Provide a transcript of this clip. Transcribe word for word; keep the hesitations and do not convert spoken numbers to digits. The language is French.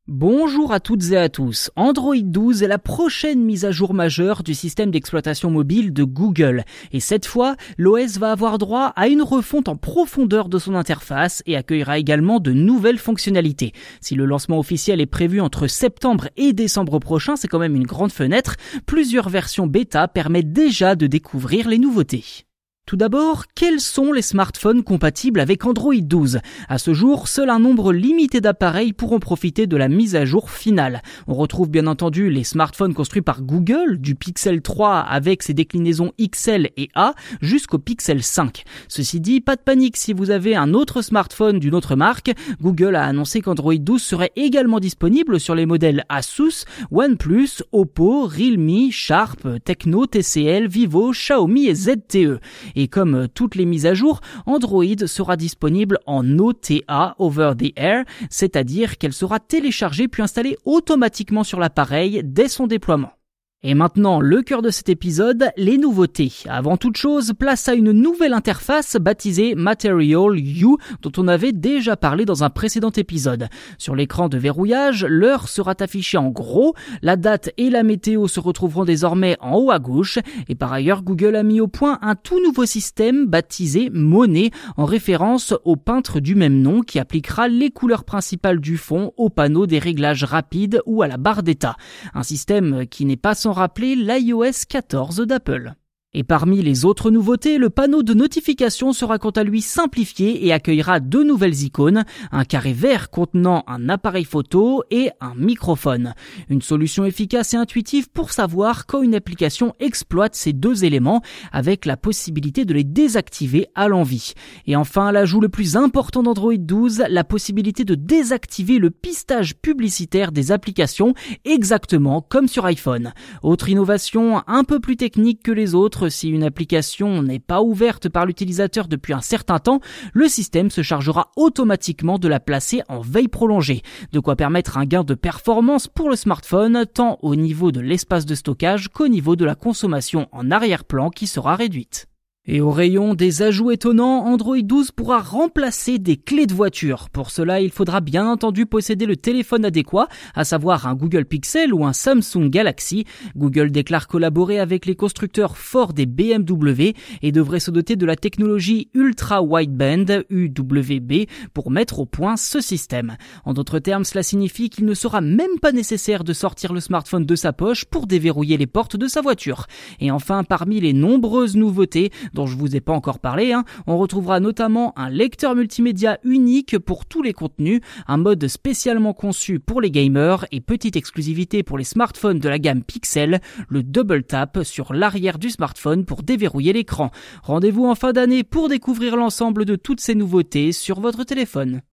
Bonjour à toutes et à tous. Android douze est la prochaine mise à jour majeure du système d'exploitation mobile de Google. Et cette fois, l'O S va avoir droit à une refonte en profondeur de son interface et accueillera également de nouvelles fonctionnalités. Si le lancement officiel est prévu entre septembre et décembre prochain, c'est quand même une grande fenêtre. Plusieurs versions bêta permettent déjà de découvrir les nouveautés. Tout d'abord, quels sont les smartphones compatibles avec Android douze ? À ce jour, seul un nombre limité d'appareils pourront profiter de la mise à jour finale. On retrouve bien entendu les smartphones construits par Google, du Pixel trois avec ses déclinaisons X L et A jusqu'au Pixel cinq. Ceci dit, pas de panique si vous avez un autre smartphone d'une autre marque. Google a annoncé qu'Android douze serait également disponible sur les modèles Asus, OnePlus, Oppo, Realme, Sharp, Tecno, T C L, Vivo, Xiaomi et Z T E. Et comme toutes les mises à jour, Android sera disponible en O T A, Over the Air, c'est-à-dire qu'elle sera téléchargée puis installée automatiquement sur l'appareil dès son déploiement. Et maintenant, le cœur de cet épisode, les nouveautés. Avant toute chose, place à une nouvelle interface baptisée Material You, dont on avait déjà parlé dans un précédent épisode. Sur l'écran de verrouillage, l'heure sera affichée en gros, la date et la météo se retrouveront désormais en haut à gauche, et par ailleurs, Google a mis au point un tout nouveau système baptisé Monet, en référence au peintre du même nom qui appliquera les couleurs principales du fond au panneau des réglages rapides ou à la barre d'état. Un système qui n'est pas sans rappeler l'i O S quatorze d'Apple. Et parmi les autres nouveautés, le panneau de notification sera quant à lui simplifié et accueillera deux nouvelles icônes, un carré vert contenant un appareil photo et un microphone. Une solution efficace et intuitive pour savoir quand une application exploite ces deux éléments, avec la possibilité de les désactiver à l'envi. Et enfin, l'ajout le plus important d'Android douze, la possibilité de désactiver le pistage publicitaire des applications, exactement comme sur iPhone. Autre innovation un peu plus technique que les autres, si une application n'est pas ouverte par l'utilisateur depuis un certain temps, le système se chargera automatiquement de la placer en veille prolongée. De quoi permettre un gain de performance pour le smartphone, tant au niveau de l'espace de stockage qu'au niveau de la consommation en arrière-plan qui sera réduite. Et au rayon des ajouts étonnants, Android douze pourra remplacer des clés de voiture. Pour cela, il faudra bien entendu posséder le téléphone adéquat, à savoir un Google Pixel ou un Samsung Galaxy. Google déclare collaborer avec les constructeurs Ford et B M W et devrait se doter de la technologie Ultra Wideband U W B pour mettre au point ce système. En d'autres termes, cela signifie qu'il ne sera même pas nécessaire de sortir le smartphone de sa poche pour déverrouiller les portes de sa voiture. Et enfin, parmi les nombreuses nouveautés dont je vous ai pas encore parlé, hein, on retrouvera notamment un lecteur multimédia unique pour tous les contenus, un mode spécialement conçu pour les gamers et petite exclusivité pour les smartphones de la gamme Pixel, le double tap sur l'arrière du smartphone pour déverrouiller l'écran. Rendez-vous en fin d'année pour découvrir l'ensemble de toutes ces nouveautés sur votre téléphone.